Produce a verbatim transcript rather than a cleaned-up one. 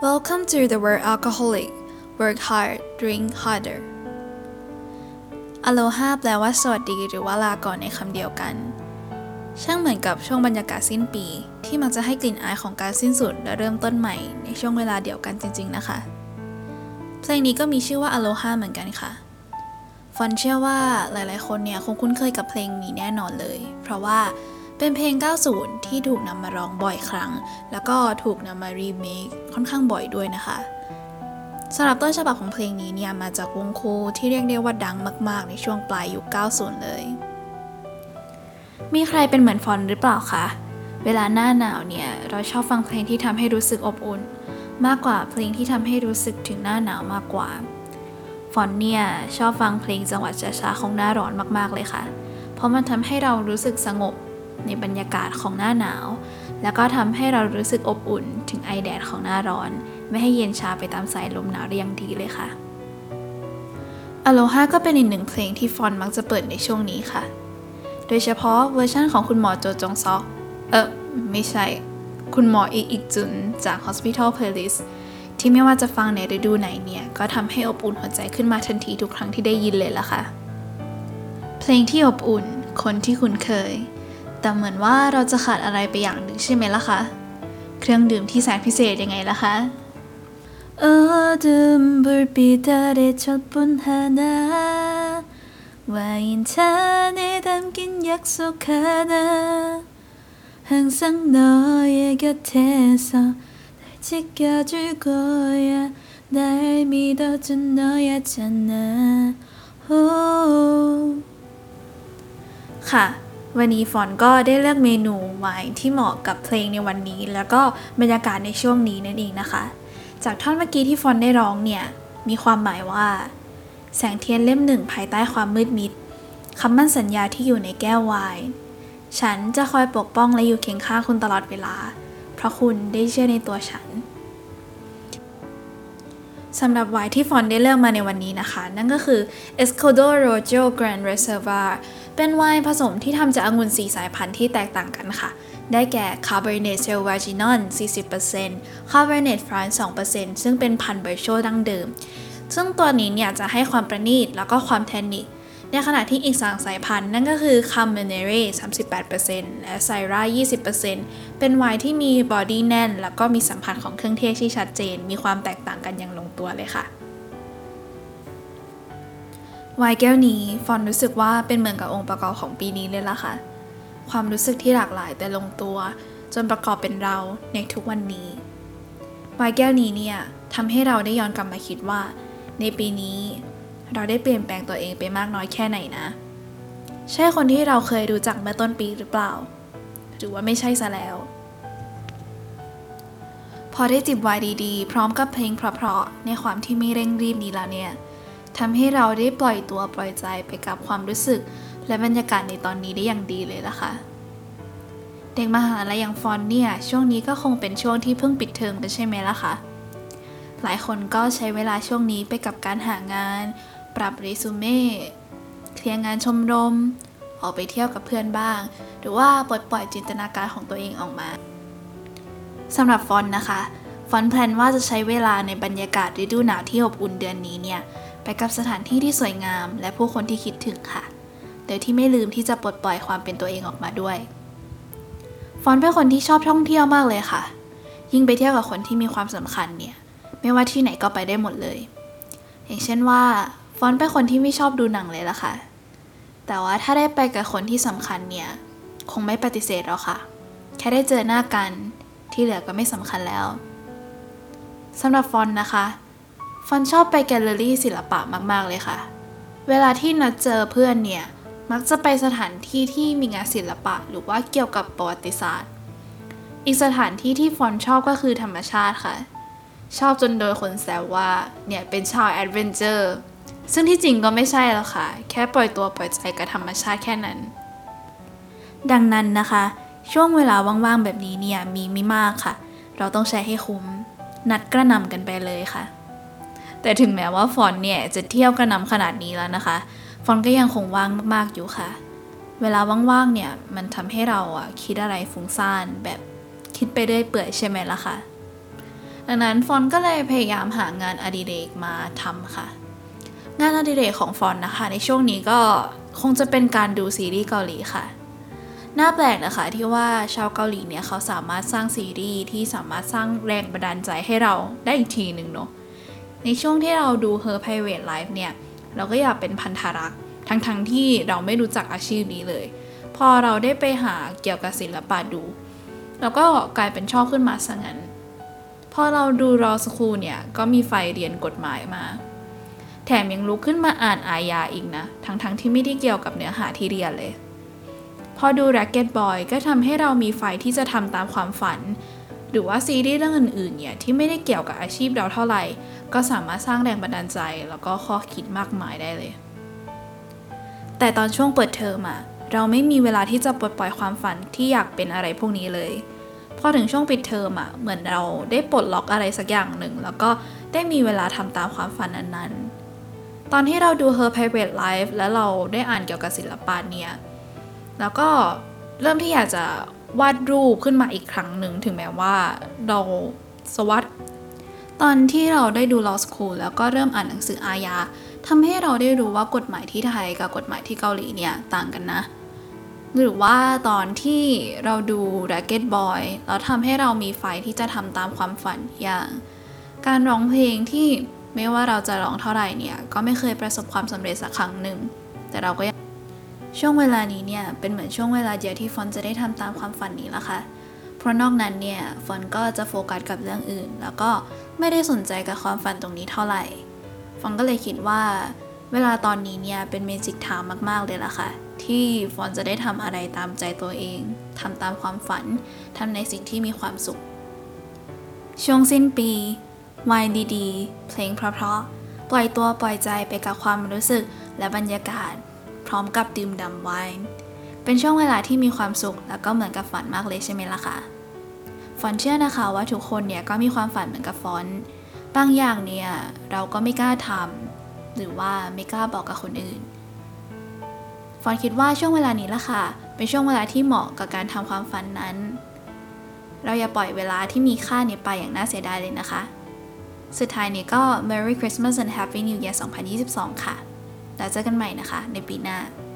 Welcome to the word alcoholic. Work hard, drink harder. Aloha แปลว่าสวัสดีหรือว่าลาก่อนในคำเดียวกันช่างเหมือนกับช่วงบรรยากาศสิ้นปีที่มักจะให้กลิ่นอายของการสิ้นสุดและเริ่มต้นใหม่ในช่วงเวลาเดียวกันจริงๆนะคะเพลงนี้ก็มีชื่อว่า Aloha เหมือนกันค่ะฟอนเชื่อว่าหลายๆคนเนี่ยคงคุ้นเคยกับเพลงนี้แน่นอนเลยเพราะว่าเป็นเพลง เก้าสิบ ที่ถูกนำมาร้องบ่อยครั้งแล้วก็ถูกนำมารีเมคค่อนข้างบ่อยด้วยนะคะสำหรับต้นฉบับของเพลงนี้เนี่ยมาจากวงคูที่เรียกได้ว่าดังมากๆในช่วงปลายยุค เก้าสิบ เลยมีใครเป็นเหมือนฟอนหรือเปล่าคะเวลาหน้าหนาวเนี่ยเราชอบฟังเพลงที่ทำให้รู้สึกอบอุ่นมากกว่าเพลงที่ทำให้รู้สึกถึงหน้าหนาวมากกว่าฟอนเนี่ยชอบฟังเพลงจังหวะช้าๆของหน้าร้อนมากๆเลยค่ะเพราะมันทำให้เรารู้สึกสงบในบรรยากาศของหน้าหนาวแล้วก็ทำให้เรารู้สึกอบอุ่นถึงไอแดดของหน้าร้อนไม่ให้เย็นชาไปตามสายลมหนาวได้อย่างดีเลยค่ะ Aloha ก็เป็นอีกหนึ่งเพลงที่ฟอนมักจะเปิดในช่วงนี้ค่ะโดยเฉพาะเวอร์ชันของคุณหมอโจจงซอกเออไม่ใช่คุณหมออีกอีกจุนจาก Hospital Playlist ที่ไม่ว่าจะฟังในฤดูไหนเนี่ยก็ทำให้อบอุ่นหัวใจขึ้นมาทันทีทุกครั้งที่ได้ยินเลยล่ะค่ะเพลงที่อบอุ่นคนที่คุ้นเคยแต่เหมือนว่าเราจะขาดอะไรไปอย่างหนึ่งใช่ไหมล่ะคะเครื่องดื่มที่แสนพิเศษยังไงล่ะคะค่ะวันนี้ฟอนก็ได้เลือกเมนูไวน์ที่เหมาะกับเพลงในวันนี้แล้วก็บรรยากาศในช่วงนี้นั่นเองนะคะจากท่อนเมื่อกี้ที่ฟอนได้ร้องเนี่ยมีความหมายว่าแสงเทียนเล่มหนึ่งภายใต้ความมืดมิดคำมั่นสัญญาที่อยู่ในแก้วไวน์ฉันจะคอยปกป้องและอยู่เคียงข้างคุณตลอดเวลาเพราะคุณได้เชื่อในตัวฉันสำหรับไวน์ที่ฟอนได้เลือกมาในวันนี้นะคะนั่นก็คือ Escudo Rojo Grand Reserva เป็นไวน์ผสมที่ทำจากองุ่นสี่สายพันธุ์ที่แตกต่างกันค่ะได้แก่ Cabernet Sauvignon สี่สิบเปอร์เซ็นต์ Cabernet Franc สองเปอร์เซ็นต์ ซึ่งเป็นพันธุ์เบอร์โชดั้งเดิมซึ่งตัวนี้เนี่ยจะให้ความประณีตแล้วก็ความแทนนิคในขณะที่อีกสองสายพันธุ์นั่นก็คือ Cabernet สามสิบแปดเปอร์เซ็นต์ และ Syrah ยี่สิบเปอร์เซ็นต์ เป็นไวน์ที่มีบอดี้แน่นแล้วก็มีสัมผัสของเครื่องเทศที่ชัดเจนมีความแตกต่างกันอย่างลงตัวเลยค่ะไวน์แก้วนี้ฟอนรู้สึกว่าเป็นเหมือนกับองค์ประกอบของปีนี้เลยล่ะค่ะความรู้สึกที่หลากหลายแต่ลงตัวจนประกอบเป็นเราในทุกวันนี้ไวน์แก้วนี้เนี่ยทำให้เราได้ย้อนกลับมาคิดว่าในปีนี้เราได้เปลี่ยนแปลงตัวเองไปมากน้อยแค่ไหนนะใช่คนที่เราเคยรู้จักเมื่อต้นปีหรือเปล่าหรือว่าไม่ใช่ซะแล้วพอได้จิบไวน์ดีๆพร้อมกับเพลงเพราะๆในความที่ไม่เร่งรีบนี้แล้วเนี่ยทำให้เราได้ปล่อยตัวปล่อยใจไปกับความรู้สึกและบรรยากาศในตอนนี้ได้อย่างดีเลยล่ะค่ะเด็กมหาลัยอย่างฟอนเนี่ยช่วงนี้ก็คงเป็นช่วงที่เพิ่งปิดเทอมกันใช่ไหมล่ะคะหลายคนก็ใช้เวลาช่วงนี้ไปกับการหางานปรับเรซูเม่เคลียร์งานชมรมออกไปเที่ยวกับเพื่อนบ้างหรือว่าปลดปล่อยจินตนาการของตัวเองออกมาสำหรับฟอนนะคะฟอนแพลนว่าจะใช้เวลาในบรรยากาศฤดูหนาวที่อบอุ่นเดือนนี้เนี่ยไปกับสถานที่ที่สวยงามและผู้คนที่คิดถึงค่ะโดยที่ไม่ลืมที่จะปลดปล่อยความเป็นตัวเองออกมาด้วยฟอนเป็นคนที่ชอบท่องเที่ยวมากเลยค่ะยิ่งไปเที่ยวกับคนที่มีความสำคัญเนี่ยไม่ว่าที่ไหนก็ไปได้หมดเลยอย่างเช่นว่าฟอนเป็นคนที่ไม่ชอบดูหนังเลยล่ะค่ะแต่ว่าถ้าได้ไปกับคนที่สำคัญเนี่ยคงไม่ปฏิเสธหรอกค่ะแค่ได้เจอหน้ากันที่เหลือก็ไม่สำคัญแล้วสำหรับฟอนนะคะฟอนชอบไปแกลเลอรี่ศิลปะมากๆเลยค่ะเวลาที่นัดเจอเพื่อนเนี่ยมักจะไปสถานที่ที่มีงานศิลปะหรือว่าเกี่ยวกับประวัติศาสตร์อีกสถานที่ที่ฟอนชอบก็คือธรรมชาติค่ะชอบจนโดยคนแซวว่าเนี่ยเป็นชาวแอดเวนเจอร์ซึ่งที่จริงก็ไม่ใช่หรอกค่ะแค่ปล่อยตัวปล่อยใจกับธรรมชาติแค่นั้นดังนั้นนะคะช่วงเวลาว่างๆแบบนี้เนี่ยมีไม่มากค่ะเราต้องใช้ให้คุ้มนัดกระหน่ำกันไปเลยค่ะแต่ถึงแม้ว่าฟอนเนี่ยจะเที่ยวกระหน่ำขนาดนี้แล้วนะคะฟอนก็ยังคงว่างมากๆอยู่ค่ะเวลาว่างๆเนี่ยมันทำให้เราอะคิดอะไรฟุ้งซ่านแบบคิดไปเรื่อยเปื่อยใช่ไหมล่ะคะดังนั้นฟอนก็เลยพยายามหางานอดิเรกมาทำค่ะงานอดิเรกของฟอนนะคะในช่วงนี้ก็คงจะเป็นการดูซีรีส์เกาหลีค่ะน่าแปลกนะคะที่ว่าชาวเกาหลีเนี่ยเขาสามารถสร้างซีรีส์ที่สามารถสร้างแรงบันดาลใจให้เราได้อีกทีหนึ่งเนาะในช่วงที่เราดู Her Private Life เนี่ยเราก็อยากเป็นพันธรักษ์ทั้งๆ ท, ที่เราไม่รู้จักอาชีพนี้เลยพอเราได้ไปหาเกี่ยวกับศิลปะดูเราก็กลายเป็นชอบขึ้นมาซะงั้นพอเราดู Law School เนี่ยก็มีไฟเรียนกฎหมายมาแถมยังลุกขึ้นมาอ่านอาญาอีกนะทั้งๆ ท, ที่ไม่ได้เกี่ยวกับเนื้อหาที่เรียนเลยพอดู Racket Boy ก็ทำให้เรามีไฟที่จะทำตามความฝันหรือว่าซีรีส์เรื่องอื่นๆเนี่ยที่ไม่ได้เกี่ยวกับอาชีพเราเท่าไหร่ก็สามารถสร้างแรงบันดาลใจแล้วก็ข้อคิดมากมายได้เลยแต่ตอนช่วงเปิดเทอมอะเราไม่มีเวลาที่จะปลดปล่อยความฝันที่อยากเป็นอะไรพวกนี้เลยพอถึงช่วงปิดเทอมอะเหมือนเราได้ปลดล็อกอะไรสักอย่างหนึ่งแล้วก็ได้มีเวลาทำตามความฝันนั้นๆตอนที่เราดู Her Private Life แล้วเราได้อ่านเกี่ยวกับศิลปะเนี่ยแล้วก็เริ่มที่อยากจะวาดรูปขึ้นมาอีกครั้งหนึ่งถึงแม้ว่าเราสวัสดตอนที่เราได้ดู Law School แล้วก็เริ่มอ่านหนังสืออาญาทำให้เราได้รู้ว่ากฎหมายที่ไทยกับกฎหมายที่เกาหลีเนี่ยต่างกันนะหรือว่าตอนที่เราดู Racket Boy แล้วทำให้เรามีไฟที่จะทำตามความฝันอย่างการร้องเพลงที่ไม่ว่าเราจะร้องเท่าไหร่เนี่ยก็ไม่เคยประสบความสำเร็จสักครั้งหนึ่งแต่เราก็ช่วงเวลานี้เนี่ยเป็นเหมือนช่วงเวลาเดียวที่ฟอนจะได้ทำตามความฝันนี้ละค่ะเพราะนอกนั้นเนี่ยฟอนก็จะโฟกัสกับเรื่องอื่นแล้วก็ไม่ได้สนใจกับความฝันตรงนี้เท่าไหร่ฟอนก็เลยคิดว่าเวลาตอนนี้เนี่ยเป็นเมจิกไทม์มากๆเลยล่ะค่ะที่ฟอนจะได้ทำอะไรตามใจตัวเองทำตามความฝันทำในสิ่งที่มีความสุขช่วงสิ้นปีไวน์ดีๆเพลงเพราะๆปล่อยตัวปล่อยใจไปกับความรู้สึกและบรรยากาศพร้อมกับดื่มด่ำไวน์เป็นช่วงเวลาที่มีความสุขแล้วก็เหมือนกับฝันมากเลยใช่ไหมล่ะคะฟอนเชื่อนะคะว่าทุกคนเนี่ยก็มีความฝันเหมือนกับฟอนบางอย่างเนี่ยเราก็ไม่กล้าทำหรือว่าไม่กล้าบอกกับคนอื่นฟอนคิดว่าช่วงเวลานี้ล่ะค่ะเป็นช่วงเวลาที่เหมาะกับการทำความฝันนั้นเราอย่าปล่อยเวลาที่มีค่านี้ไปอย่างน่าเสียดายเลยนะคะสุดท้ายนี้ก็ Merry Christmas and Happy New Year สองพันยี่สิบสองค่ะแล้วเจอกันใหม่นะคะในปีหน้า